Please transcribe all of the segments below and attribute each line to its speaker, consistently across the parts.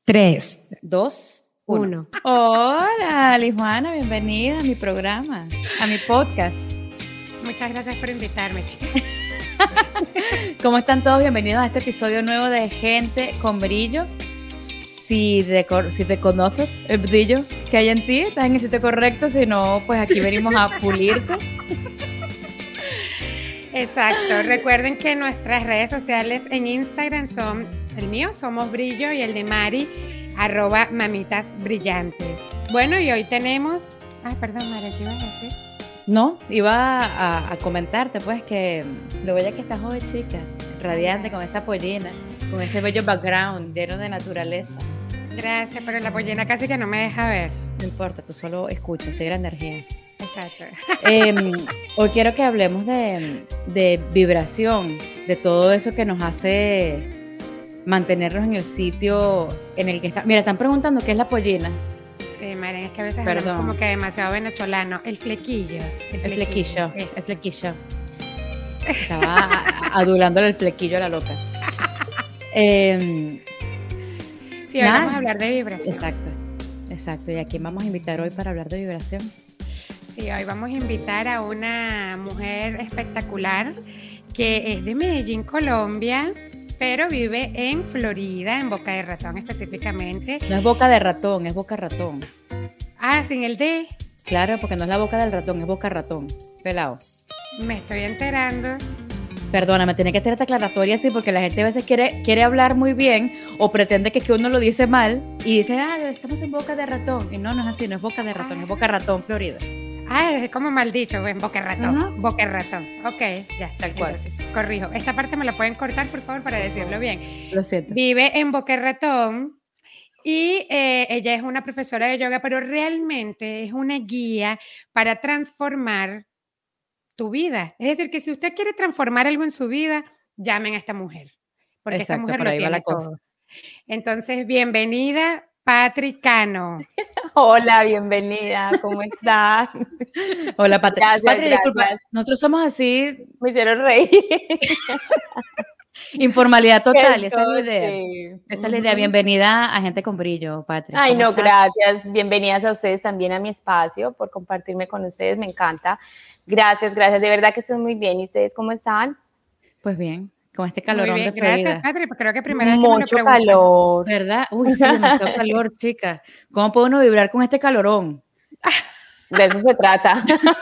Speaker 1: 3,
Speaker 2: 2,
Speaker 1: 1.
Speaker 2: Hola, Lijuana, bienvenida a mi programa, a mi podcast.
Speaker 1: Muchas gracias por invitarme, chicas.
Speaker 2: ¿Cómo están todos? Bienvenidos a este episodio nuevo de Gente con Brillo. Si te conoces el brillo que hay en ti, estás en el sitio correcto. Si no, pues aquí venimos a pulirte.
Speaker 1: Exacto. Recuerden que nuestras redes sociales en Instagram son, el mío, Somos Brillo, y el de Mari, @mamitasbrillantes. Bueno, y hoy tenemos... perdón, Mari, ¿qué ibas a decir?
Speaker 2: No, iba a comentarte pues que lo bella que estás hoy, chica, radiante, con esa pollina, con ese bello background lleno de naturaleza.
Speaker 1: Gracias, pero la pollina casi que no me deja ver.
Speaker 2: No importa, tú solo escuchas, esa gran energía.
Speaker 1: Exacto.
Speaker 2: Hoy quiero que hablemos de vibración, de todo eso que nos hace mantenernos en el sitio en el que está. Mira, están preguntando qué es la pollina.
Speaker 1: Sí, Maren, es que a veces hablamos como que demasiado venezolano. El flequillo.
Speaker 2: El flequillo. Estaba adulándole el flequillo a la loca.
Speaker 1: Sí, hoy vamos a hablar de vibración.
Speaker 2: Exacto. ¿Y a quién vamos a invitar hoy para hablar de vibración?
Speaker 1: Sí, hoy vamos a invitar a una mujer espectacular que es de Medellín, Colombia, pero vive en Florida, en Boca de Ratón específicamente.
Speaker 2: No es Boca de Ratón, es Boca Ratón.
Speaker 1: Sin el D.
Speaker 2: Claro, porque no es la boca del ratón, es Boca Ratón. Pelado.
Speaker 1: Me estoy enterando.
Speaker 2: Perdóname, tiene que ser esta aclaratoria así, porque la gente a veces quiere hablar muy bien o pretende que uno lo dice mal y dice, estamos en Boca de Ratón. Y no es así, no es Boca de Ratón, es Boca Ratón, Florida.
Speaker 1: Es como mal dicho, en Boca Ratón.
Speaker 2: Uh-huh.
Speaker 1: Boca Ratón. Ok, ya.
Speaker 2: Tal cual.
Speaker 1: Entonces, corrijo. Esta parte me la pueden cortar, por favor, para decirlo bien.
Speaker 2: Lo siento.
Speaker 1: Vive en Boca Ratón y ella es una profesora de yoga, pero realmente es una guía para transformar tu vida. Es decir, que si usted quiere transformar algo en su vida, llamen a esta mujer. Porque esta mujer lo tiene todo. Entonces, bienvenida, Patri Cano.
Speaker 3: Hola, bienvenida, ¿cómo estás?
Speaker 2: Hola, Patri.
Speaker 3: Gracias,
Speaker 2: Patri, disculpa, nosotros somos así.
Speaker 3: Me hicieron reír.
Speaker 2: Informalidad total,
Speaker 3: Entonces,
Speaker 2: esa es la idea. Esa es la idea. Bienvenida a Gente con Brillo, Patri.
Speaker 3: Ay, no, gracias. Bienvenidas a ustedes también a mi espacio, por compartirme con ustedes, me encanta. Gracias, de verdad que estoy muy bien. ¿Y ustedes cómo están?
Speaker 2: Pues bien, con este calorón de Florida.
Speaker 1: Gracias, Patri, creo que primera vez que
Speaker 3: me lo preguntan. Mucho calor.
Speaker 2: ¿Verdad? Uy, sí, demasiado calor, chica. ¿Cómo puede uno vibrar con este calorón?
Speaker 3: De eso se trata.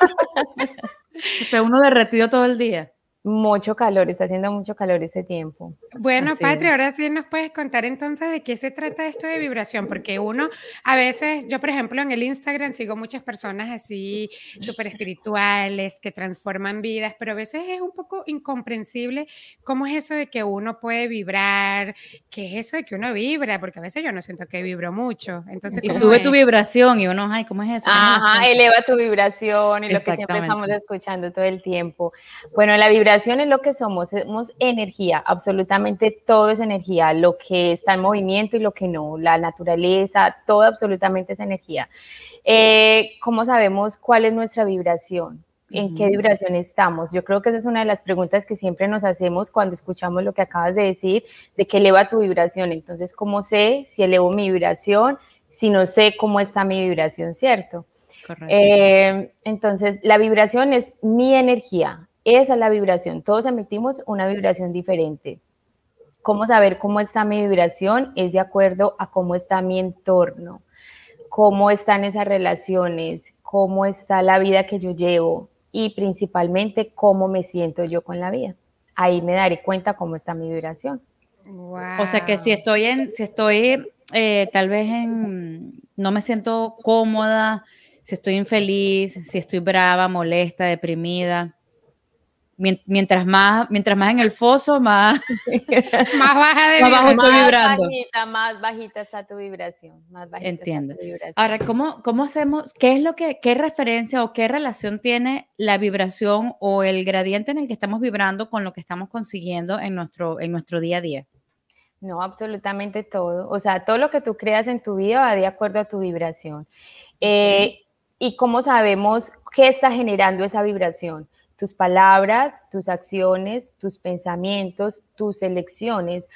Speaker 2: Está uno derretido todo el día.
Speaker 3: Mucho calor, está haciendo mucho calor este tiempo.
Speaker 1: Bueno, Patri, ahora sí nos puedes contar entonces de qué se trata esto de vibración, porque uno, a veces, yo por ejemplo en el Instagram sigo muchas personas así súper espirituales que transforman vidas, pero a veces es un poco incomprensible cómo es eso de que uno puede vibrar, qué es eso de que uno vibra, porque a veces yo no siento que vibro mucho. Entonces,
Speaker 2: y sube tu vibración y uno, ¿cómo es eso?
Speaker 3: Ajá, eleva tu vibración y lo que siempre estamos escuchando todo el tiempo. Bueno, la vibración es lo que somos energía, absolutamente todo es energía, lo que está en movimiento y lo que no, la naturaleza, todo absolutamente es energía. ¿Cómo sabemos cuál es nuestra vibración? ¿En qué vibración estamos? Yo creo que esa es una de las preguntas que siempre nos hacemos cuando escuchamos lo que acabas de decir, de que eleva tu vibración. Entonces, ¿cómo sé si elevo mi vibración? Si no sé cómo está mi vibración, ¿cierto?
Speaker 2: Correcto.
Speaker 3: Entonces, la vibración es mi energía. Esa es la vibración. Todos emitimos una vibración diferente. ¿Cómo saber cómo está mi vibración? Es de acuerdo a cómo está mi entorno, cómo están esas relaciones, cómo está la vida que yo llevo y principalmente cómo me siento yo con la vida. Ahí me daré cuenta cómo está mi vibración.
Speaker 1: Wow.
Speaker 2: O sea que si estoy tal vez no me siento cómoda, si estoy infeliz, si estoy brava, molesta, deprimida, mientras más en el foso, más
Speaker 1: baja de
Speaker 2: bajo estoy vibrando.
Speaker 3: Más bajita está tu vibración.
Speaker 2: Entiendo. Está tu vibración. Ahora, ¿cómo hacemos? ¿Qué referencia o qué relación tiene la vibración o el gradiente en el que estamos vibrando con lo que estamos consiguiendo en nuestro día a día?
Speaker 3: No, absolutamente todo. O sea, todo lo que tú creas en tu vida va de acuerdo a tu vibración. ¿Y cómo sabemos qué está generando esa vibración? tus palabras, tus acciones, tus pensamientos, tus elecciones,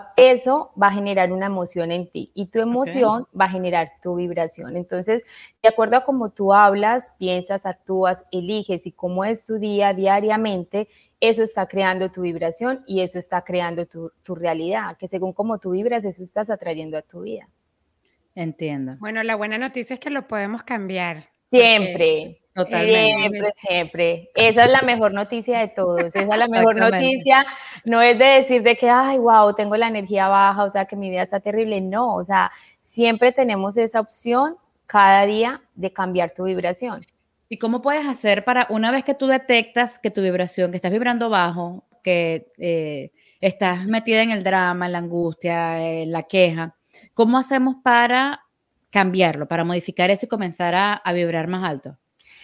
Speaker 3: eso va a generar una emoción en ti y tu emoción va a generar tu vibración. Entonces, de acuerdo a cómo tú hablas, piensas, actúas, eliges y cómo es tu día diariamente, eso está creando tu vibración y eso está creando tu realidad, que según cómo tú vibras, eso estás atrayendo a tu vida.
Speaker 2: Entiendo.
Speaker 1: Bueno, la buena noticia es que lo podemos cambiar.
Speaker 3: Siempre.
Speaker 2: Totalmente.
Speaker 3: Siempre. Esa es la mejor noticia de todos. Esa es la mejor noticia. No es de decir de que, ay, wow, tengo la energía baja, o sea, que mi vida está terrible. No, o sea, siempre tenemos esa opción cada día de cambiar tu vibración.
Speaker 2: ¿Y cómo puedes hacer para, una vez que tú detectas que tu vibración, que estás vibrando bajo, que estás metida en el drama, en la angustia, en la queja, cómo hacemos para cambiarlo, para modificar eso y comenzar a vibrar más alto?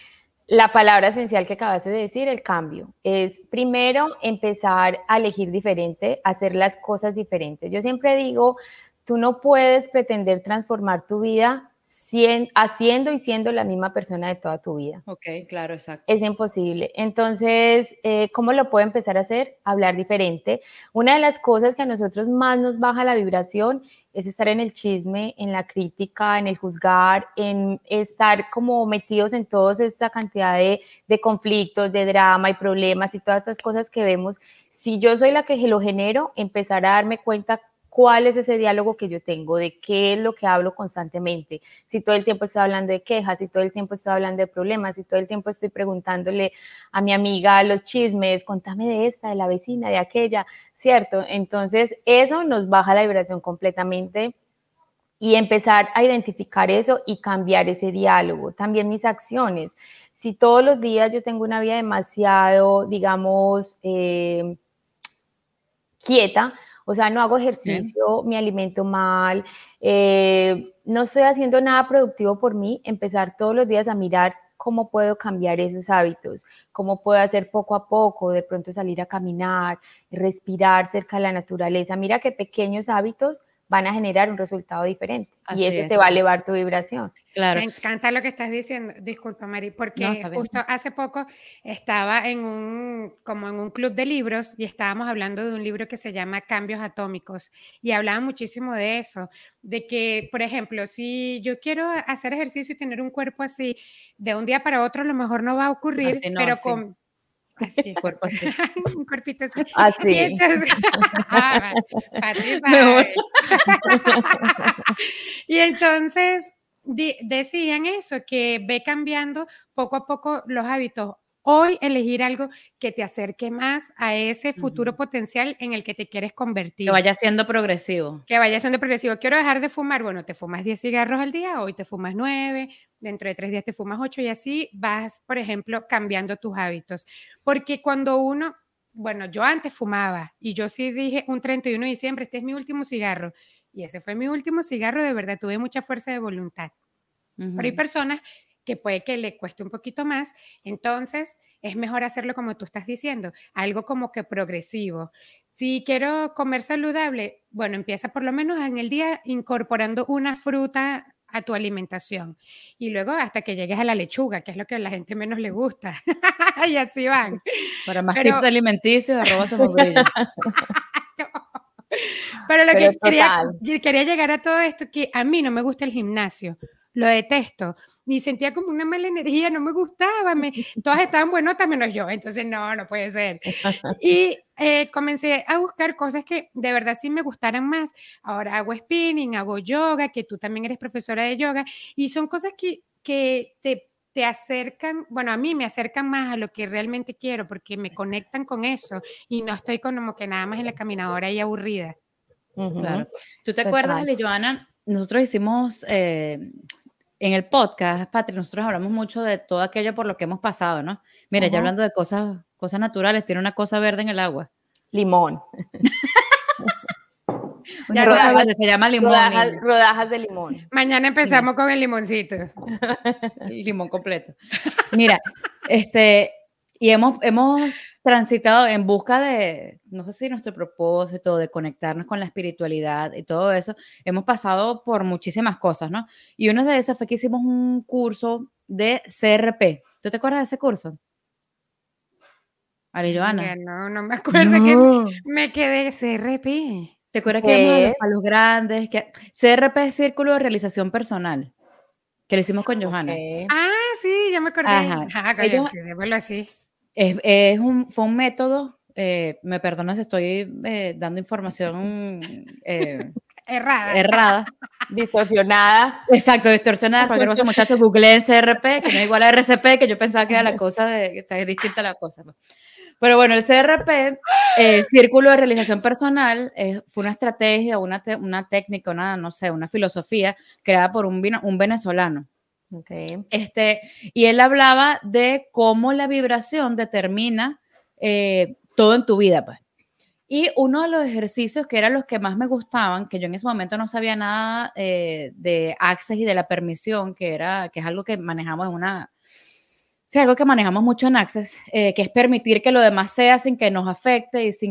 Speaker 3: La palabra esencial que acabas de decir, el cambio, es primero empezar a elegir diferente, hacer las cosas diferentes. Yo siempre digo, tú no puedes pretender transformar tu vida haciendo y siendo la misma persona de toda tu vida.
Speaker 2: Ok, claro, exacto.
Speaker 3: Es imposible. Entonces, ¿cómo lo puedo empezar a hacer? Hablar diferente. Una de las cosas que a nosotros más nos baja la vibración es estar en el chisme, en la crítica, en el juzgar, en estar como metidos en toda esta cantidad de conflictos, de drama y problemas y todas estas cosas que vemos. Si yo soy la que lo genero, empezar a darme cuenta cuál es ese diálogo que yo tengo, de qué es lo que hablo constantemente, si todo el tiempo estoy hablando de quejas, si todo el tiempo estoy hablando de problemas, si todo el tiempo estoy preguntándole a mi amiga los chismes, contame de esta, de la vecina, de aquella, ¿cierto? Entonces eso nos baja la vibración completamente y empezar a identificar eso y cambiar ese diálogo. También mis acciones. Si todos los días yo tengo una vida demasiado, digamos, quieta, o sea, no hago ejercicio, me alimento mal, no estoy haciendo nada productivo por mí, empezar todos los días a mirar cómo puedo cambiar esos hábitos, cómo puedo hacer poco a poco, de pronto salir a caminar, respirar cerca de la naturaleza. Mira qué pequeños hábitos van a generar un resultado diferente. Así y eso te va a elevar tu vibración.
Speaker 2: Claro.
Speaker 1: Me encanta lo que estás diciendo. Disculpa, Mari, porque justo hace poco estaba como en un club de libros y estábamos hablando de un libro que se llama Cambios Atómicos y hablaban muchísimo de eso, de que, por ejemplo, si yo quiero hacer ejercicio y tener un cuerpo así, de un día para otro a lo mejor no va a ocurrir,
Speaker 2: no,
Speaker 1: pero con... Así es,
Speaker 2: cuerpo así.
Speaker 1: Un cuerpito así.
Speaker 3: Así.
Speaker 1: Y entonces, y entonces decían eso, que ve cambiando poco a poco los hábitos. Hoy elegir algo que te acerque más a ese futuro potencial en el que te quieres convertir.
Speaker 2: Que vaya siendo progresivo.
Speaker 1: Que vaya siendo progresivo. Quiero dejar de fumar. Bueno, te fumas 10 cigarros al día, hoy te fumas 9, dentro de 3 días te fumas 8 y así vas, por ejemplo, cambiando tus hábitos. Porque cuando uno, bueno, yo antes fumaba y yo sí dije un 31 de diciembre, este es mi último cigarro. Y ese fue mi último cigarro, de verdad, tuve mucha fuerza de voluntad. Pero hay personas que puede que le cueste un poquito más, entonces es mejor hacerlo como tú estás diciendo, algo como que progresivo. Si quiero comer saludable, bueno, empieza por lo menos en el día incorporando una fruta a tu alimentación y luego hasta que llegues a la lechuga, que es lo que a la gente menos le gusta. Y así van.
Speaker 2: Para más tips alimenticios, @somosbrillo.
Speaker 1: Pero lo que quería llegar a todo esto, que a mí no me gusta el gimnasio. Lo detesto, ni sentía como una mala energía, no me gustaba, todas estaban buenotas menos yo, entonces no puede ser. Y comencé a buscar cosas que de verdad sí me gustaran más. Ahora hago spinning, hago yoga, que tú también eres profesora de yoga, y son cosas que te acercan, bueno, a mí me acercan más a lo que realmente quiero, porque me conectan con eso, y no estoy como que nada más en la caminadora y aburrida.
Speaker 2: Claro. ¿Tú te acuerdas, Joana? Nosotros hicimos... en el podcast, Patri, nosotros hablamos mucho de todo aquello por lo que hemos pasado, ¿no? Mira, ya hablando de cosas naturales, tiene una cosa verde en el agua.
Speaker 3: Limón.
Speaker 2: Una cosa verde, se llama limón.
Speaker 3: Rodajas de limón.
Speaker 1: Mañana empezamos con el limoncito.
Speaker 2: Y limón completo. Mira, y hemos transitado en busca de, no sé si nuestro propósito, de conectarnos con la espiritualidad y todo eso. Hemos pasado por muchísimas cosas, ¿no? Y una de esas fue que hicimos un curso de CRP. ¿Tú te acuerdas de ese curso? María Joana.
Speaker 1: No me acuerdo que me quedé CRP.
Speaker 2: ¿Te acuerdas que íbamos a los palos grandes? CRP es Círculo de Realización Personal, que lo hicimos con Johanna.
Speaker 1: Ah, sí, ya me acordé.
Speaker 2: Ajá.
Speaker 1: Coño, sí, démoslo así.
Speaker 2: Fue un método, me perdonas si estoy dando información errada.
Speaker 3: Distorsionada.
Speaker 2: Exacto, distorsionada. Cualquier cosa, muchachos, googleen CRP, que no es igual a RCP, que yo pensaba que era la cosa es distinta la cosa. Pero bueno, el CRP, el Círculo de Realización Personal, fue una estrategia, una técnica, una filosofía creada por un venezolano.
Speaker 3: Okay.
Speaker 2: Y él hablaba de cómo la vibración determina todo en tu vida, pues. Y uno de los ejercicios que eran los que más me gustaban, que yo en ese momento no sabía nada de Access y de la permisión, que es algo que manejamos algo que manejamos mucho en Access, que es permitir que lo demás sea sin que nos afecte y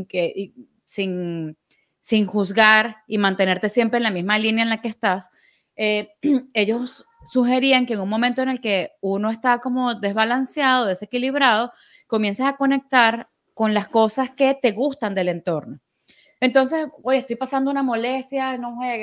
Speaker 2: sin juzgar y mantenerte siempre en la misma línea en la que estás. Ellos sugerían que en un momento en el que uno está como desbalanceado, desequilibrado, comiences a conectar con las cosas que te gustan del entorno. Entonces, oye, estoy pasando una molestia,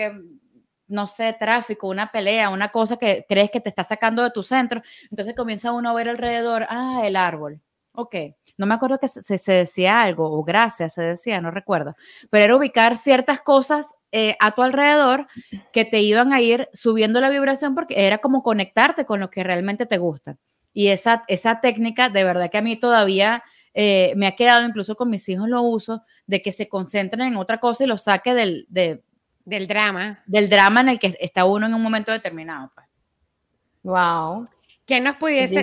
Speaker 2: no sé, tráfico, una pelea, una cosa que crees que te está sacando de tu centro. Entonces comienza uno a ver alrededor, el árbol. Ok, no me acuerdo que se decía algo, o gracias se decía, no recuerdo, pero era ubicar ciertas cosas a tu alrededor que te iban a ir subiendo la vibración porque era como conectarte con lo que realmente te gusta. Y esa técnica, de verdad que a mí todavía me ha quedado, incluso con mis hijos lo uso, de que se concentren en otra cosa y lo saque del drama. Del drama en el que está uno en un momento determinado. Pues.
Speaker 3: Wow.
Speaker 1: ¿Qué nos pudiese,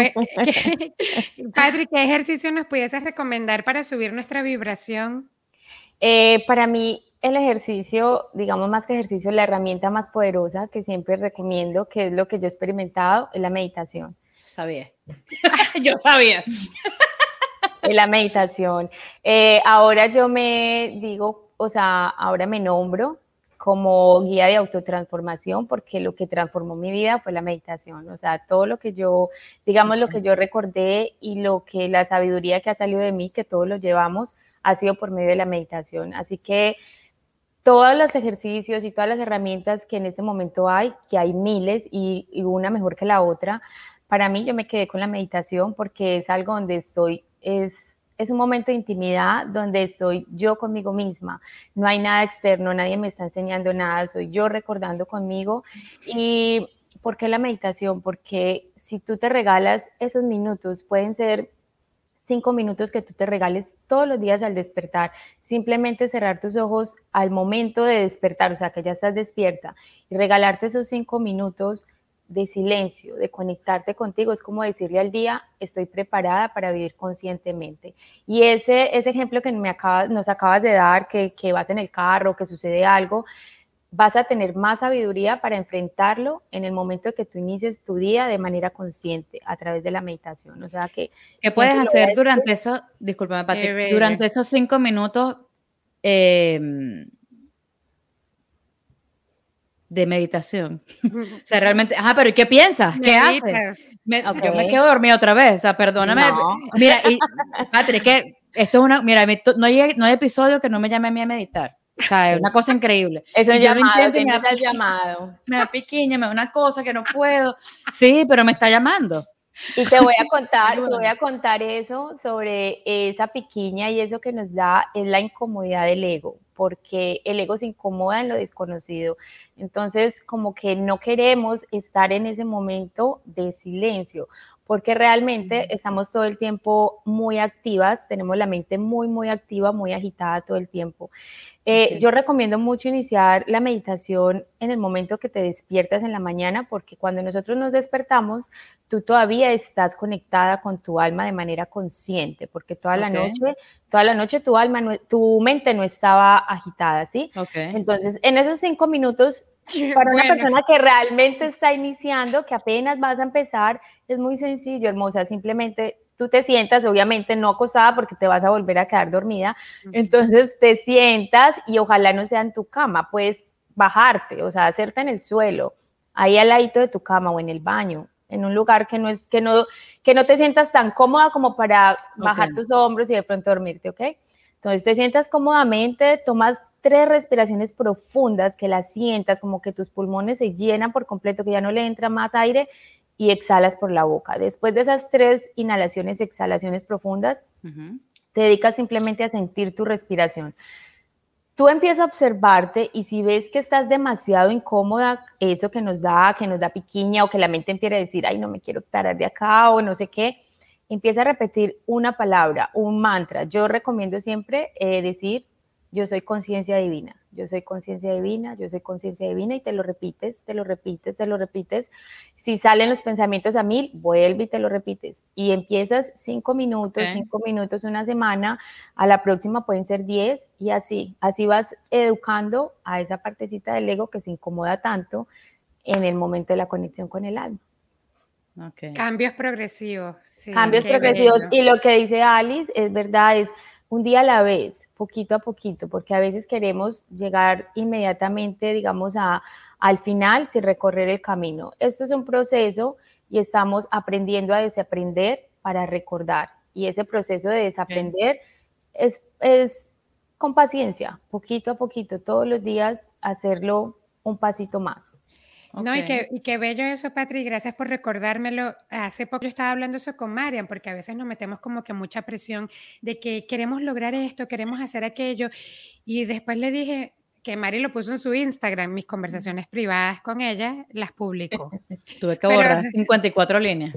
Speaker 1: Patrick, qué ejercicio nos pudiese recomendar para subir nuestra vibración?
Speaker 3: Para mí, el ejercicio, digamos más que ejercicio, la herramienta más poderosa que siempre recomiendo, que es lo que yo he experimentado, es la meditación.
Speaker 2: Yo sabía.
Speaker 3: Es la meditación. Ahora yo me digo, ahora me nombro como guía de autotransformación, porque lo que transformó mi vida fue la meditación. O sea, todo lo que yo recordé y la sabiduría que ha salido de mí, que todos lo llevamos, ha sido por medio de la meditación. Así que todos los ejercicios y todas las herramientas que en este momento hay, que hay miles y una mejor que la otra, para mí yo me quedé con la meditación porque es algo donde estoy, es un momento de intimidad donde estoy yo conmigo misma. No hay nada externo, nadie me está enseñando nada, soy yo recordando conmigo. ¿Y por qué la meditación? Porque si tú te regalas esos minutos, pueden ser 5 minutos que tú te regales todos los días al despertar, simplemente cerrar tus ojos al momento de despertar, o sea, que ya estás despierta, y regalarte esos 5 minutos de silencio, de conectarte contigo, es como decirle al día, estoy preparada para vivir conscientemente. Y ese ejemplo que nos acabas de dar, que vas en el carro, que sucede algo, vas a tener más sabiduría para enfrentarlo en el momento que tú inicies tu día de manera consciente a través de la meditación. O sea que...
Speaker 2: ¿Qué puedes hacer durante eso? Discúlpame, Patrick. Durante esos 5 minutos de meditación. O sea, realmente... pero ¿y qué piensas? ¿Qué haces? Yo me quedo dormida otra vez. O sea, perdóname. No. Mira, Patrick, que esto es una... Mira, no hay episodio que no me llame a mí a meditar. O sea, es una cosa increíble.
Speaker 3: Es un llamado,
Speaker 2: me da piquiña, me da una cosa que no puedo. Sí, pero me está llamando.
Speaker 3: Y te voy a contar eso sobre esa piquiña y eso que nos da es la incomodidad del ego, porque el ego se incomoda en lo desconocido. Entonces, como que no queremos estar en ese momento de silencio, porque realmente estamos todo el tiempo muy activas, tenemos la mente muy, muy activa, muy agitada todo el tiempo. Yo recomiendo mucho iniciar la meditación en el momento que te despiertas en la mañana, porque cuando nosotros nos despertamos, tú todavía estás conectada con tu alma de manera consciente, porque toda la noche tu mente no estaba agitada, ¿sí? Entonces, en esos 5 minutos, para una persona que realmente está iniciando, que apenas vas a empezar, es muy sencillo, hermosa, simplemente tú te sientas, obviamente no acostada porque te vas a volver a quedar dormida, entonces te sientas y ojalá no sea en tu cama, puedes bajarte, o sea, hacerte en el suelo, ahí al ladito de tu cama o en el baño, en un lugar que no te sientas tan cómoda como para bajar tus hombros y de pronto dormirte, ¿ok? Entonces te sientas cómodamente, tomas 3 respiraciones profundas, que las sientas como que tus pulmones se llenan por completo, que ya no le entra más aire, y exhalas por la boca. Después de esas 3 inhalaciones, exhalaciones profundas, te dedicas simplemente a sentir tu respiración. Tú empiezas a observarte y si ves que estás demasiado incómoda, eso que nos da piquiña o que la mente empieza a decir, ay, no me quiero parar de acá o no sé qué, empieza a repetir una palabra, un mantra. Yo recomiendo siempre decir, yo soy conciencia divina, yo soy conciencia divina, yo soy conciencia divina, y te lo repites, te lo repites, te lo repites. Si salen los pensamientos a 1000, vuelve y te lo repites. Y empiezas 5 minutos, 5 minutos una semana, a la próxima pueden ser 10, y así vas educando a esa partecita del ego que se incomoda tanto en el momento de la conexión con el alma.
Speaker 1: Okay. Cambios progresivos. Sí,
Speaker 3: cambios progresivos. Bello. Y lo que dice Alice es verdad, es un día a la vez, poquito a poquito, porque a veces queremos llegar inmediatamente, digamos, al final sin recorrer el camino. Esto es un proceso y estamos aprendiendo a desaprender para recordar. Y ese proceso de desaprender es con paciencia, poquito a poquito, todos los días hacerlo un pasito más.
Speaker 1: Okay. No, y qué bello eso, Patri, gracias por recordármelo. Hace poco yo estaba hablando eso con Marian, porque a veces nos metemos como que mucha presión de que queremos lograr esto, queremos hacer aquello, y después le dije que Mari lo puso en su Instagram, mis conversaciones privadas con ella, las publico.
Speaker 2: Tuve que borrar 54 líneas.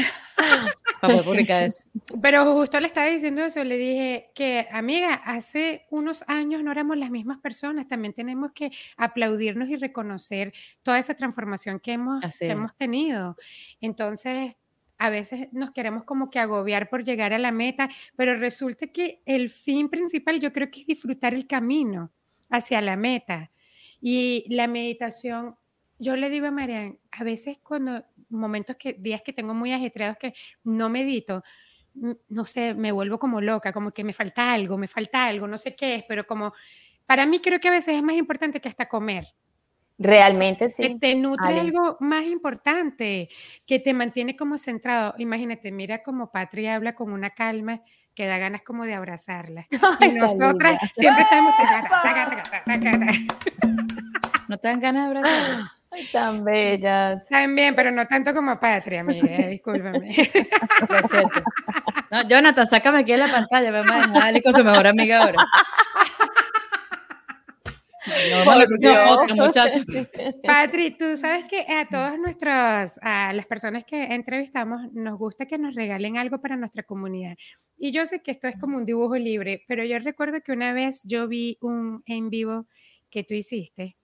Speaker 2: Para poder publicar eso.
Speaker 1: Pero justo le estaba diciendo eso, le dije que, amiga, hace unos años no éramos las mismas personas, también tenemos que aplaudirnos y reconocer toda esa transformación que hemos tenido. Entonces, a veces nos queremos como que agobiar por llegar a la meta, pero resulta que el fin principal yo creo que es disfrutar el camino hacia la meta. Y la meditación, yo le digo a Marian, a veces cuando días que tengo muy ajetreados que no medito, no sé, me vuelvo como loca, como que me falta algo, no sé qué es, pero como para mí creo que a veces es más importante que hasta comer.
Speaker 3: Realmente sí.
Speaker 1: Que te nutre algo más importante, que te mantiene como centrado. Imagínate, mira como Patri habla con una calma que da ganas como de abrazarla.
Speaker 3: Ay,
Speaker 1: y nosotras siempre estamos...
Speaker 2: ¿No te dan ganas de abrazarla?
Speaker 3: Ay, tan bellas.
Speaker 1: También, pero no tanto como Patria, amiga, discúlpame.
Speaker 2: No, Jonathan, sácame aquí en la pantalla, vamos a dejar a Ali con su mejor amiga ahora. No, muchachos.
Speaker 1: Patri, tú sabes que a a las personas que entrevistamos, nos gusta que nos regalen algo para nuestra comunidad. Y yo sé que esto es como un dibujo libre, pero yo recuerdo que una vez yo vi un en vivo que tú hiciste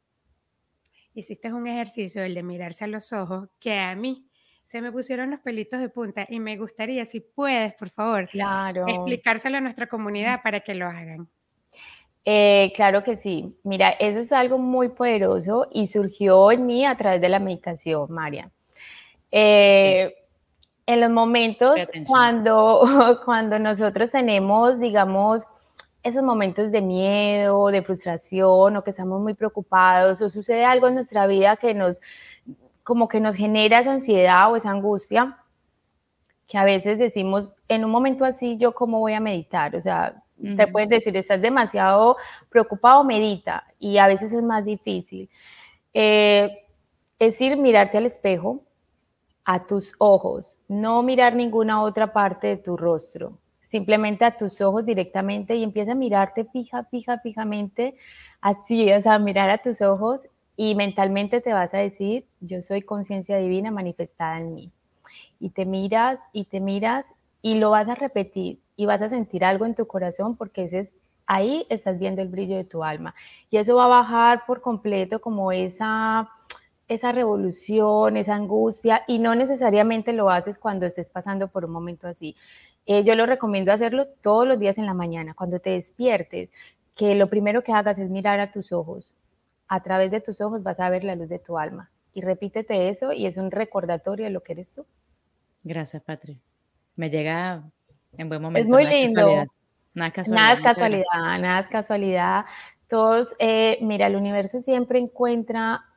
Speaker 1: un ejercicio, el de mirarse a los ojos, que a mí se me pusieron los pelitos de punta y me gustaría, si puedes, por favor, explicárselo a nuestra comunidad para que lo hagan.
Speaker 3: Claro que sí. Mira, eso es algo muy poderoso y surgió en mí a través de la meditación, Marian. En los momentos cuando nosotros tenemos, digamos, esos momentos de miedo, de frustración, o que estamos muy preocupados, o sucede algo en nuestra vida que nos genera esa ansiedad o esa angustia, que a veces decimos, en un momento así, ¿yo cómo voy a meditar? O sea, te puedes decir, estás demasiado preocupado, medita, y a veces es más difícil. Es ir, mirarte al espejo, a tus ojos, no mirar ninguna otra parte de tu rostro, simplemente a tus ojos directamente, y empieza a mirarte fijamente, así, o sea, mirar a tus ojos, y mentalmente te vas a decir, yo soy conciencia divina manifestada en mí. Y te miras, y lo vas a repetir, y vas a sentir algo en tu corazón, porque ahí estás viendo el brillo de tu alma. Y eso va a bajar por completo como esa revolución, esa angustia, y no necesariamente lo haces cuando estés pasando por un momento así. Yo lo recomiendo hacerlo todos los días en la mañana, cuando te despiertes, que lo primero que hagas es mirar a tus ojos. A través de tus ojos vas a ver la luz de tu alma. Y repítete eso, y es un recordatorio de lo que eres tú.
Speaker 2: Gracias, Patri. Me llega en buen momento.
Speaker 3: Es muy lindo. Nada es casualidad. Todos, mira, el universo siempre encuentra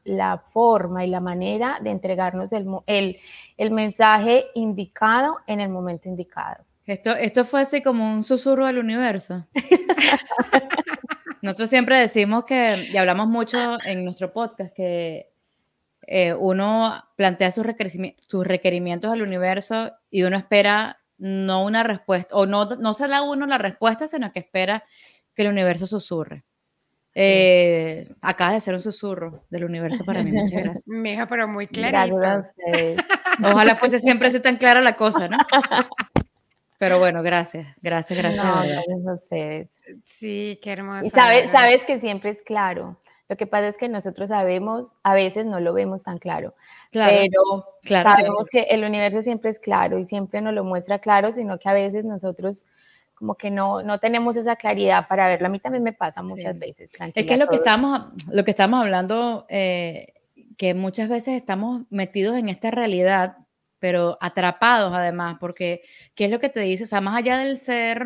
Speaker 3: la forma y la manera de entregarnos el mensaje indicado en el momento indicado.
Speaker 2: Esto fue así como un susurro del universo. Nosotros siempre decimos que, y hablamos mucho en nuestro podcast, que uno plantea sus requerimientos al universo y uno espera no una respuesta, o no se da uno la respuesta, sino que espera que el universo susurre. Acaba de ser un susurro del universo para mí, muchas gracias.
Speaker 1: Mija, pero muy clarito.
Speaker 3: Gracias a ustedes.
Speaker 2: Ojalá fuese siempre así tan clara la cosa, ¿no? Pero bueno, gracias.
Speaker 3: No,
Speaker 2: Gracias
Speaker 3: a ustedes.
Speaker 1: Sí, qué hermoso.
Speaker 3: Y sabes que siempre es claro. Lo que pasa es que nosotros sabemos, a veces no lo vemos tan claro, pero sabemos que el universo siempre es claro y siempre nos lo muestra claro, sino que a veces nosotros como que no tenemos esa claridad para verlo. A mí también me pasa muchas veces.
Speaker 2: Es que es lo que estamos hablando, que muchas veces estamos metidos en esta realidad, pero atrapados además, porque ¿qué es lo que te dice? O sea, más allá del ser,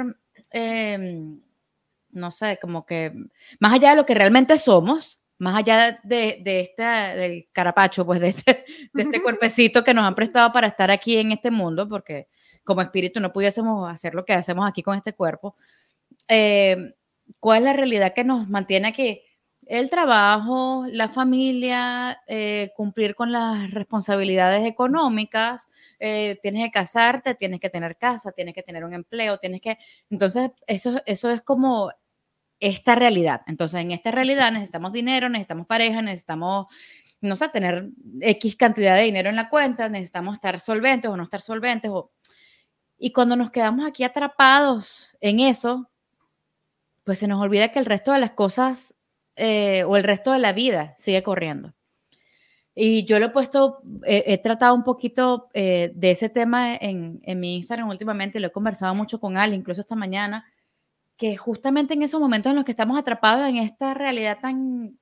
Speaker 2: no sé, como que más allá de lo que realmente somos, más allá del carapacho, pues de este cuerpecito que nos han prestado para estar aquí en este mundo, porque como espíritu no pudiésemos hacer lo que hacemos aquí con este cuerpo. ¿Cuál es la realidad que nos mantiene aquí? El trabajo, la familia, cumplir con las responsabilidades económicas, tienes que casarte, tienes que tener casa, tienes que tener un empleo, entonces eso es como esta realidad. Entonces en esta realidad necesitamos dinero, necesitamos pareja, necesitamos, no sé, tener X cantidad de dinero en la cuenta, necesitamos estar solventes o no estar solventes, y cuando nos quedamos aquí atrapados en eso, pues se nos olvida que el resto de las cosas o el resto de la vida sigue corriendo. Y yo lo he tratado un poquito de ese tema en mi Instagram últimamente, lo he conversado mucho con Ale, incluso esta mañana, que justamente en esos momentos en los que estamos atrapados en esta realidad tan...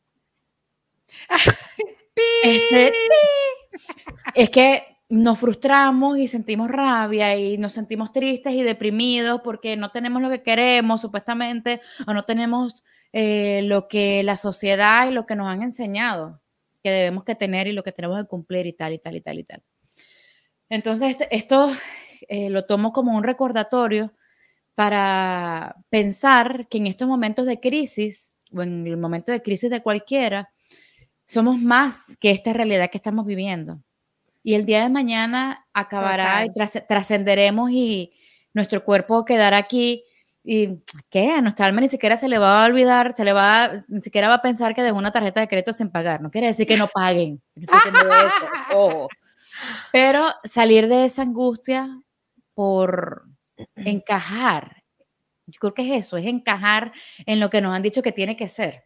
Speaker 2: es que nos frustramos y sentimos rabia y nos sentimos tristes y deprimidos porque no tenemos lo que queremos, supuestamente, o no tenemos lo que la sociedad y lo que nos han enseñado que debemos que tener y lo que tenemos que cumplir y tal, y tal, y tal, y tal. Entonces, esto lo tomo como un recordatorio para pensar que en estos momentos de crisis, o en el momento de crisis de cualquiera, somos más que esta realidad que estamos viviendo. Y el día de mañana acabará y trascenderemos y nuestro cuerpo quedará aquí. ¿Y qué? A nuestra alma ni siquiera se le va a olvidar, ni siquiera va a pensar que dejó una tarjeta de crédito sin pagar. No quiere decir que no paguen. No estoy diciendo eso. Ojo. Pero salir de esa angustia por encajar. Yo creo que es eso, es encajar en lo que nos han dicho que tiene que ser.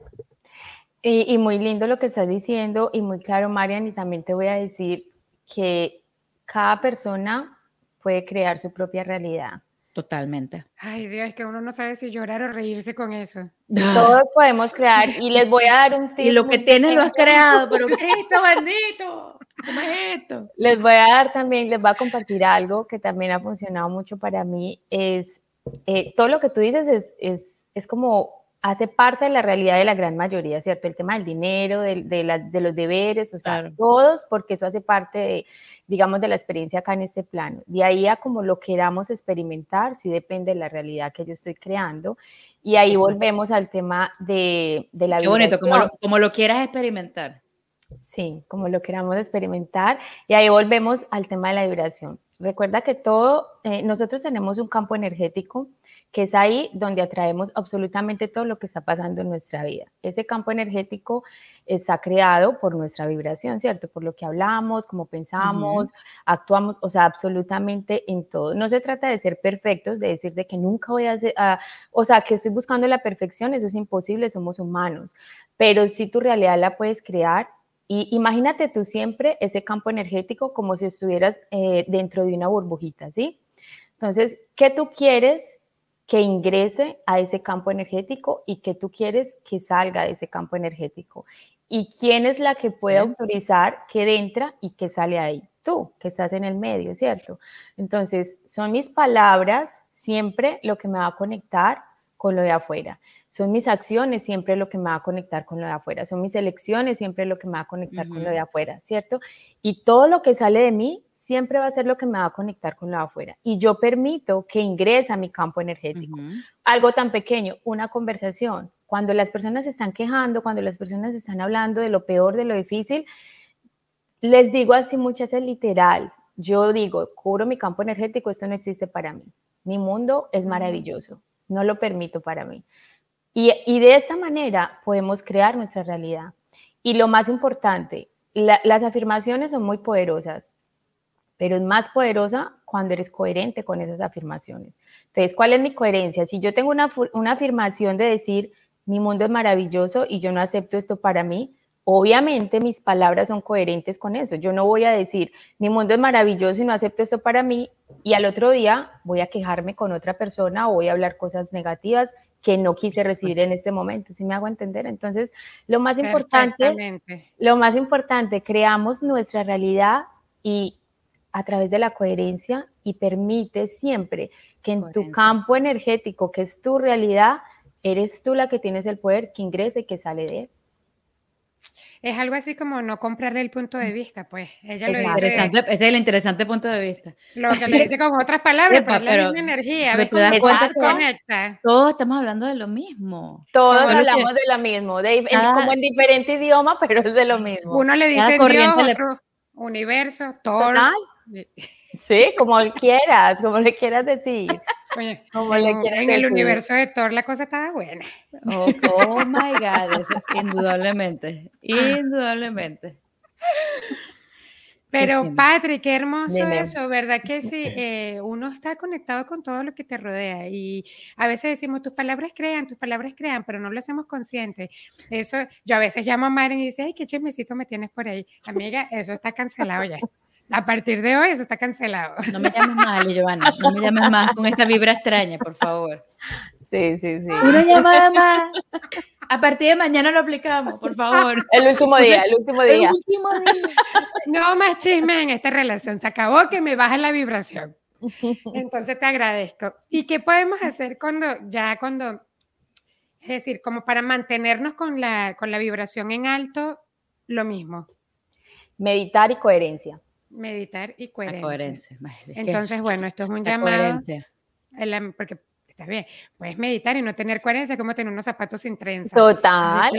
Speaker 3: Y muy lindo lo que estás diciendo y muy claro, Marian, y también te voy a decir que cada persona puede crear su propia realidad.
Speaker 2: Totalmente.
Speaker 1: Ay, Dios, que uno no sabe si llorar o reírse con eso.
Speaker 3: Todos podemos crear y les voy a dar un tip.
Speaker 2: Y lo que tienes lo has creado, pero Cristo bendito, ¿cómo es esto?
Speaker 3: Les voy a compartir algo que también ha funcionado mucho para mí, es todo lo que tú dices es como hace parte de la realidad de la gran mayoría, ¿cierto? El tema del dinero, de los deberes, o sea, claro, todos, porque eso hace parte de, digamos, de la experiencia acá en este plano. De ahí a como lo queramos experimentar, sí depende de la realidad que yo estoy creando. Y ahí volvemos al tema de la vida.
Speaker 2: Qué bonito, como lo quieras experimentar.
Speaker 3: Sí, como lo queramos experimentar. Y ahí volvemos al tema de la vibración. Recuerda que nosotros tenemos un campo energético que es ahí donde atraemos absolutamente todo lo que está pasando en nuestra vida. Ese campo energético está creado por nuestra vibración, ¿cierto? Por lo que hablamos, cómo pensamos, actuamos, o sea, absolutamente en todo. No se trata de ser perfectos, de decir de que nunca voy a hacer, o sea, que estoy buscando la perfección, eso es imposible, somos humanos, pero sí tu realidad la puedes crear. Y imagínate tú siempre ese campo energético como si estuvieras dentro de una burbujita, ¿sí? Entonces, ¿qué tú quieres que ingrese a ese campo energético y qué tú quieres que salga de ese campo energético? ¿Y quién es la que puede autorizar que entra y que sale ahí? Tú, que estás en el medio, ¿cierto? Entonces, son mis palabras siempre lo que me va a conectar con lo de afuera. Son mis acciones siempre lo que me va a conectar con lo de afuera, son mis elecciones siempre lo que me va a conectar con lo de afuera, ¿cierto? Y todo lo que sale de mí siempre va a ser lo que me va a conectar con lo de afuera. Y yo permito que ingrese a mi campo energético. Algo tan pequeño, una conversación. Cuando las personas se están quejando, cuando las personas están hablando de lo peor, de lo difícil, les digo así, muchachas, literal. Yo digo, cubro mi campo energético, esto no existe para mí. Mi mundo es maravilloso, no lo permito para mí. Y de esta manera podemos crear nuestra realidad. Y lo más importante, las afirmaciones son muy poderosas, pero es más poderosa cuando eres coherente con esas afirmaciones. Entonces, ¿cuál es mi coherencia? Si yo tengo una afirmación de decir, mi mundo es maravilloso y yo no acepto esto para mí, obviamente mis palabras son coherentes con eso. Yo no voy a decir, mi mundo es maravilloso y no acepto esto para mí, y al otro día voy a quejarme con otra persona o voy a hablar cosas negativas que no quise recibir en este momento. ¿Sí me hago entender? Entonces, lo más importante, creamos nuestra realidad y a través de la coherencia, y permite siempre que en tu campo energético, que es tu realidad, eres tú la que tienes el poder que ingresa y que sale de él.
Speaker 1: Es algo así como no comprarle el punto de vista, pues. Ella lo
Speaker 2: dice. Ese es el interesante punto de vista.
Speaker 1: Lo que lo dice con otras palabras, pero es la misma energía. ¿Ves cómo
Speaker 2: te das cuenta que conecta? Todos estamos hablando de lo mismo.
Speaker 3: Todos hablamos de lo mismo, como en diferente idioma, pero es de lo mismo.
Speaker 1: Uno le dice Dios, otro universo, Thor.
Speaker 3: Sí, como le quieras decir.
Speaker 1: Oye, en el universo de Thor la cosa estaba buena.
Speaker 2: Oh my God, eso, indudablemente.
Speaker 1: Pero Patri, qué hermoso eso, ¿verdad? Que sí, uno está conectado con todo lo que te rodea y a veces decimos, tus palabras crean, pero no lo hacemos consciente. Eso, yo a veces llamo a Maren y dice, ay, qué chismecito me tienes por ahí. Amiga, eso está cancelado ya. A partir de hoy eso está cancelado.
Speaker 2: No me llames más, Giovanna, no me llames más con esa vibra extraña, por favor.
Speaker 3: Sí.
Speaker 2: Una llamada más. A partir de mañana lo aplicamos, por favor.
Speaker 3: El último día.
Speaker 1: No más chisme en esta relación. Se acabó, que me baja la vibración. Entonces te agradezco. ¿Y qué podemos hacer cuando, es decir, como para mantenernos con la vibración en alto, lo mismo?
Speaker 3: Meditar y coherencia.
Speaker 1: Meditar y coherencia.
Speaker 2: La coherencia.
Speaker 1: Entonces, bueno, esto es un llamado. Coherencia. Porque está bien, puedes meditar y no tener coherencia, como tener unos zapatos sin trenza.
Speaker 3: Total,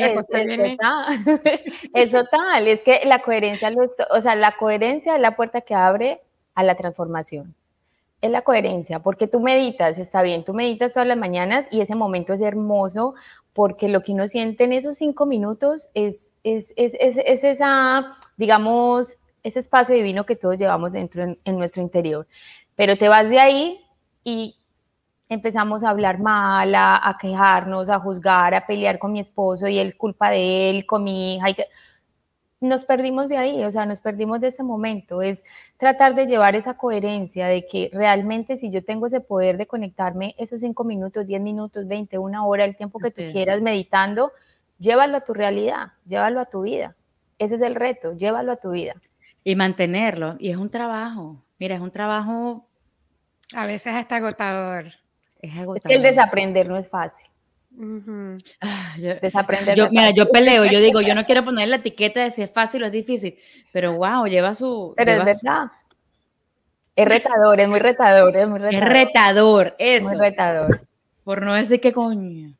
Speaker 3: es total. Es que la coherencia, la coherencia es la puerta que abre a la transformación. Es la coherencia, porque tú meditas, está bien, tú meditas todas las mañanas y ese momento es hermoso, porque lo que uno siente en esos 5 minutos es esa, digamos, ese espacio divino que todos llevamos dentro en nuestro interior. Pero te vas de ahí y empezamos a hablar mal, a quejarnos, a juzgar, a pelear con mi esposo y él es culpa de él, con mi hija. Nos perdimos de ahí, nos perdimos de ese momento. Es tratar de llevar esa coherencia de que realmente si yo tengo ese poder de conectarme esos 5 minutos, 10 minutos, 20, 1 hora, el tiempo que tú quieras meditando, llévalo a tu realidad, llévalo a tu vida. Ese es el reto, llévalo a tu vida.
Speaker 2: Y mantenerlo. Y es un trabajo. Mira, es un trabajo...
Speaker 1: A veces hasta agotador.
Speaker 3: Es que el desaprender no es fácil. Desaprender no es fácil.
Speaker 2: Yo peleo, yo digo, yo no quiero poner la etiqueta de si es fácil o es difícil, pero wow, lleva su...
Speaker 3: Pero es verdad. Es retador, es muy retador.
Speaker 2: Es retador, eso.
Speaker 3: Muy retador.
Speaker 2: Por no decir qué coño.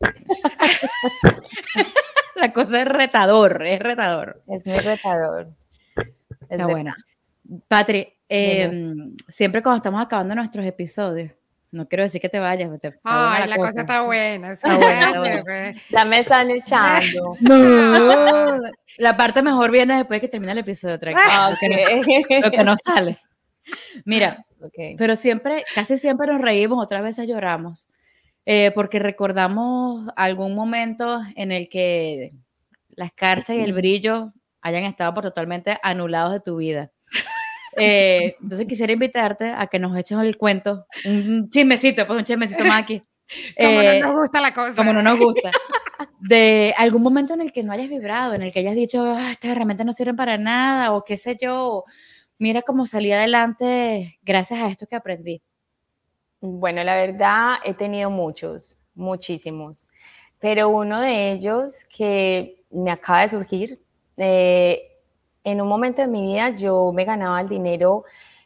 Speaker 2: La cosa es retador.
Speaker 3: Es muy retador.
Speaker 2: Está buena. Patri, siempre cuando estamos acabando nuestros episodios, no quiero decir que te vayas.
Speaker 1: Ay, la cosa está buena.
Speaker 2: Está buena.
Speaker 3: Ya me están echando.
Speaker 2: No. La parte mejor viene después de que termina el episodio. Lo que no sale. Mira, pero casi siempre nos reímos, otras veces lloramos, porque recordamos algún momento en el que la escarcha y el brillo hayan estado por totalmente anulados de tu vida. Entonces quisiera invitarte a que nos eches el cuento, un chismecito más aquí.
Speaker 1: Como no nos gusta la cosa.
Speaker 2: Como no nos gusta. De algún momento en el que no hayas vibrado, en el que hayas dicho, estas herramientas no sirven para nada, o qué sé yo, mira cómo salí adelante gracias a esto que aprendí.
Speaker 3: Bueno, la verdad he tenido muchísimos. pero uno de ellos que me acaba de surgir, en un momento de mi vida yo me ganaba el dinero,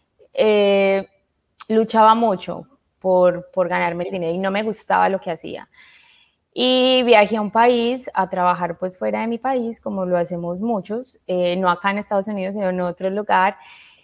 Speaker 3: luchaba mucho por ganarme el dinero y no me gustaba lo que hacía. Y viajé a un país a trabajar pues fuera de mi país, como lo hacemos muchos, no acá en Estados Unidos, sino en otro lugar.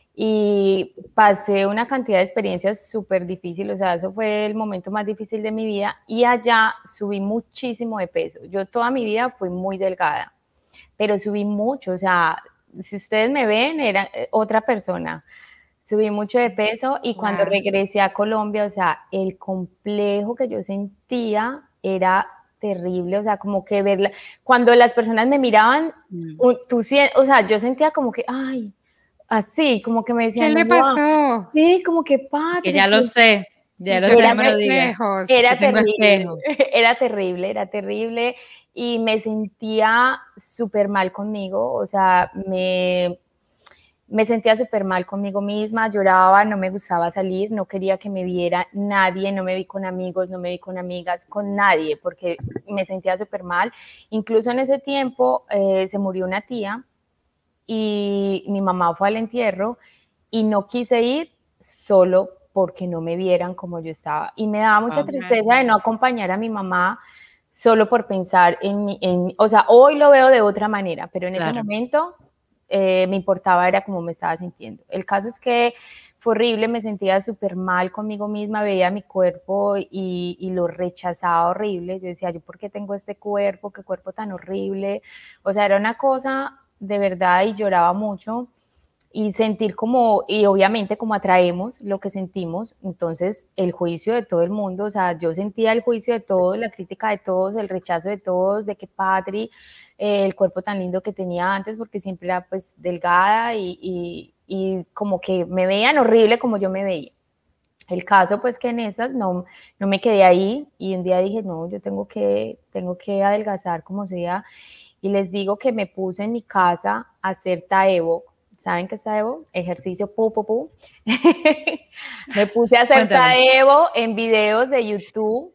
Speaker 3: Y pasé una cantidad de experiencias súper difíciles, o sea, eso fue el momento más difícil de mi vida. Y allá subí muchísimo de peso. Yo toda mi vida fui muy delgada, pero subí mucho, o sea, si ustedes me ven, era otra persona. Subí mucho de peso y cuando regresé a Colombia, o sea, el complejo que yo sentía era terrible, o sea, como que verla, cuando las personas me miraban, o sea, yo sentía como que, ay, así, como que me decían,
Speaker 1: ¿qué le pasó?
Speaker 3: Sí, como que padre.
Speaker 2: Que ya lo sé, no me lo digas.
Speaker 3: Era terrible, era terrible, era terrible y me sentía súper mal conmigo, o sea, me sentía súper mal conmigo misma, lloraba, no me gustaba salir, no quería que me viera nadie, no me vi con amigos, no me vi con amigas, con nadie, porque me sentía súper mal. Incluso en ese tiempo se murió una tía y mi mamá fue al entierro y no quise ir solo porque no me vieran como yo estaba. Y me daba mucha tristeza de no acompañar a mi mamá solo por pensar en mí. O sea, hoy lo veo de otra manera, pero en ese momento me importaba era cómo me estaba sintiendo. El caso es que fue horrible, me sentía súper mal conmigo misma, veía mi cuerpo y lo rechazaba horrible. Yo decía, ¿yo por qué tengo este cuerpo? ¿Qué cuerpo tan horrible? O sea, era una cosa de verdad y lloraba mucho y sentir como, y obviamente como atraemos lo que sentimos, entonces el juicio de todo el mundo, o sea, yo sentía el juicio de todos, la crítica de todos, el rechazo de todos, de que Patri, el cuerpo tan lindo que tenía antes, porque siempre era pues delgada y como que me veían horrible como yo me veía. El caso pues que en esas no me quedé ahí y un día dije, no, yo tengo que adelgazar como sea, y les digo que me puse en mi casa a hacer Taebo. ¿Saben qué es Taebo? Ejercicio pu. Me puse a hacer Taebo en videos de YouTube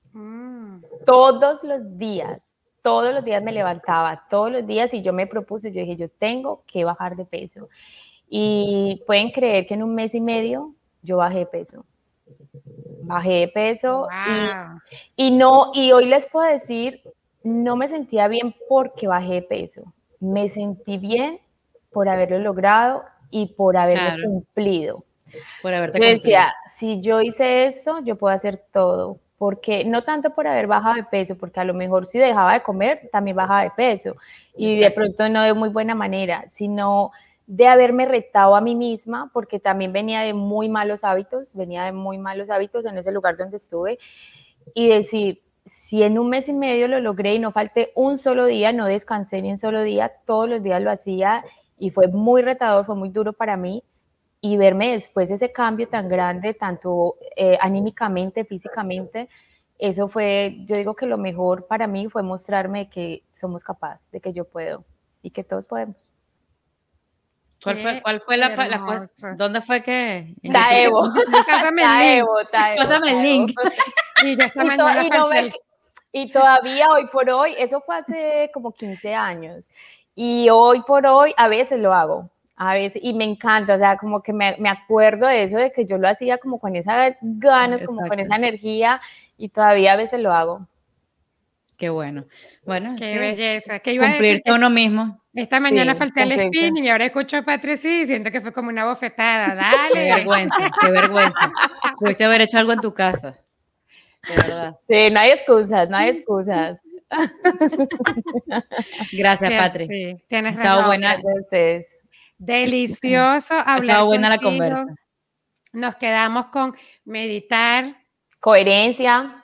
Speaker 3: todos los días me levantaba, todos los días, y yo me propuse, yo dije, yo tengo que bajar de peso. Y pueden creer que en un mes y medio yo bajé de peso. Y hoy les puedo decir, no me sentía bien porque bajé de peso, me sentí bien por haberlo logrado y por haberlo cumplido.
Speaker 2: Por haberte
Speaker 3: yo decía, si yo hice esto, yo puedo hacer todo, porque no tanto por haber bajado de peso, porque a lo mejor si dejaba de comer, también bajaba de peso, y de pronto no de muy buena manera, sino de haberme retado a mí misma, porque también venía de muy malos hábitos en ese lugar donde estuve, y decir, si en un mes y medio lo logré y no falté un solo día, no descansé ni un solo día, todos los días lo hacía, y fue muy retador, fue muy duro para mí, y verme después ese cambio tan grande, tanto anímicamente, físicamente, eso fue, yo digo que lo mejor para mí fue mostrarme que somos capaces, de que yo puedo y que todos podemos.
Speaker 2: ¿Cuál fue la ¿Dónde fue que?
Speaker 3: Taebo.
Speaker 2: Pásame el link.
Speaker 3: Y todavía hoy por hoy, eso fue hace como 15 años, y hoy por hoy a veces lo hago. A veces, y me encanta, o sea, como que me acuerdo de eso, de que yo lo hacía como con esas ganas, como con esa energía, y todavía a veces lo hago.
Speaker 2: Qué bueno. Bueno,
Speaker 1: qué belleza. ¿Qué iba
Speaker 2: cumplirse
Speaker 1: a decir?
Speaker 2: uno mismo.
Speaker 1: Esta mañana falté al spinning y ahora escucho a Patricia y siento que fue como una bofetada. Dale.
Speaker 2: Qué vergüenza. Pudiste haber hecho algo en tu casa. De verdad.
Speaker 3: Sí, no hay excusas.
Speaker 2: Gracias, Patri.
Speaker 1: Sí, tienes razón.
Speaker 2: Buena.
Speaker 1: Delicioso hablar.
Speaker 2: Estaba buena la conversa.
Speaker 1: Nos quedamos con meditar,
Speaker 3: coherencia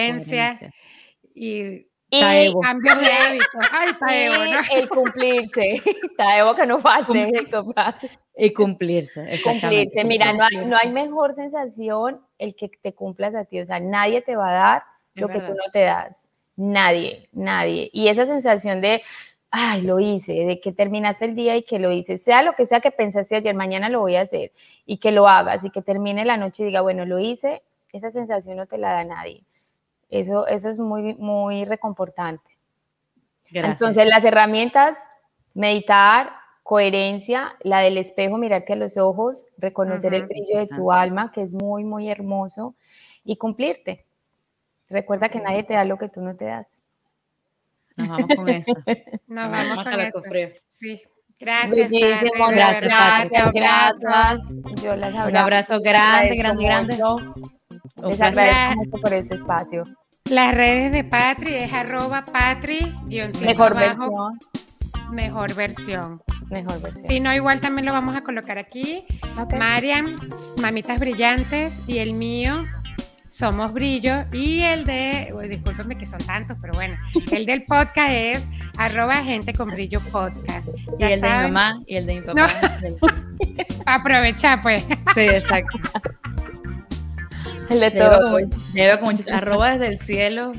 Speaker 1: y cambios de hábitos. Ay, Taebo, ¿no?
Speaker 3: El cumplirse. Taebo que no falte.
Speaker 2: Y cumplirse, exactamente.
Speaker 3: Cumplirse. Mira, no hay mejor sensación el que te cumplas a ti. O sea, nadie te va a dar lo que tú no te das. Nadie. Y esa sensación de, ay, lo hice, de que terminaste el día y que lo hice, sea lo que sea que pensaste ayer, mañana lo voy a hacer, y que lo hagas, y que termine la noche y diga, bueno, lo hice, esa sensación no te la da nadie. Eso es muy, muy reconfortante.
Speaker 2: Gracias.
Speaker 3: Entonces, las herramientas, meditar, coherencia, la del espejo, mirarte a los ojos, reconocer el brillo de tu alma, que es muy, muy hermoso, y cumplirte. Recuerda que nadie te da lo que tú no te das.
Speaker 2: Nos vamos con eso.
Speaker 1: Nos vamos con eso. Sí. Gracias,
Speaker 3: Bellísimo,
Speaker 1: Patri,
Speaker 3: gracias. Yo las abrazo.
Speaker 2: Un abrazo grande.
Speaker 3: Les agradezco mucho por este espacio.
Speaker 1: Las redes de Patri es @Patri_ Mejor versión. Si no, igual también lo vamos a colocar aquí. Okay. Mariam, Mamitas Brillantes, y el mío, Somos Brillo, y el de, discúlpenme que son tantos, pero bueno, el del podcast es @GenteConBrillo Podcast.
Speaker 2: Y el de mi mamá y el de mi papá.
Speaker 1: No. Aprovechar, pues.
Speaker 2: Sí, exacto.
Speaker 3: El de todo.
Speaker 2: Llevo como @ desde el cielo.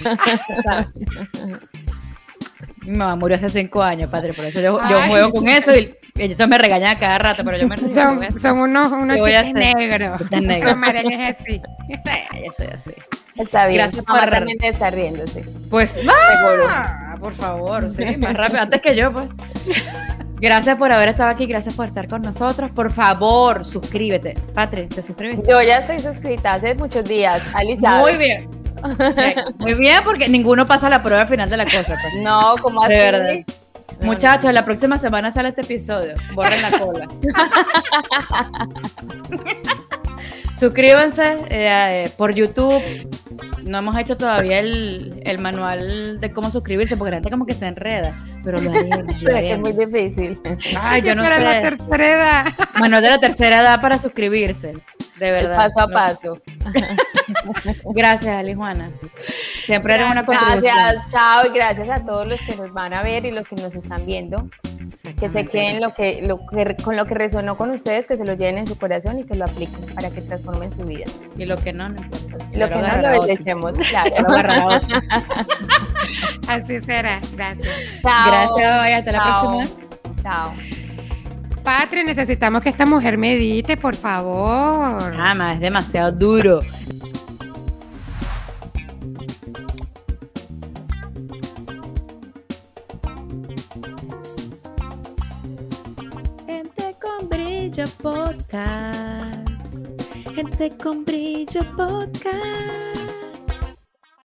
Speaker 2: Mi mamá murió hace 5 años, padre, por eso yo juego con eso y ellos me regañan cada rato, pero yo me
Speaker 1: son unos chistes negros.
Speaker 2: Mariam
Speaker 1: es así.
Speaker 2: Sí, yo soy así.
Speaker 3: Está bien. Gracias por también estar riéndose.
Speaker 2: Pues, por favor, sí, más rápido, antes que yo, pues. Gracias por haber estado aquí, gracias por estar con nosotros. Por favor, suscríbete. Patri, ¿te suscribes?
Speaker 3: Yo ya estoy suscrita hace muchos días, Alisa.
Speaker 2: Muy bien. Sí, muy bien, porque ninguno pasa la prueba final de la cosa. Pues.
Speaker 3: No, ¿cómo así?
Speaker 2: De verdad. No, muchachos, la próxima semana sale este episodio. Borren la cola. Suscríbanse por YouTube. No hemos hecho todavía el manual de cómo suscribirse, porque la gente como que se enreda. Pero lo haremos.
Speaker 3: Es muy difícil.
Speaker 2: Ay, yo no sé.
Speaker 1: La tercera edad.
Speaker 2: Manual de la tercera edad para suscribirse. De verdad.
Speaker 3: Paso a paso.
Speaker 2: Gracias, Ali Juana. Siempre eres una contribución.
Speaker 3: Gracias, chao, y gracias a todos los que nos van a ver y los que nos están viendo. Que se queden con lo que resonó con ustedes, que se lo lleven en su corazón y que lo apliquen para que transformen su vida.
Speaker 2: Y lo que no importa.
Speaker 3: Lo que no lo desechemos, claro.
Speaker 1: Así será. Gracias.
Speaker 3: Chao.
Speaker 2: Gracias, hasta la próxima.
Speaker 3: Chao.
Speaker 1: Patri, necesitamos que esta mujer medite, por favor.
Speaker 2: Ama, es demasiado duro. Gente con Brillo Podcast. Gente con Brillo Podcast.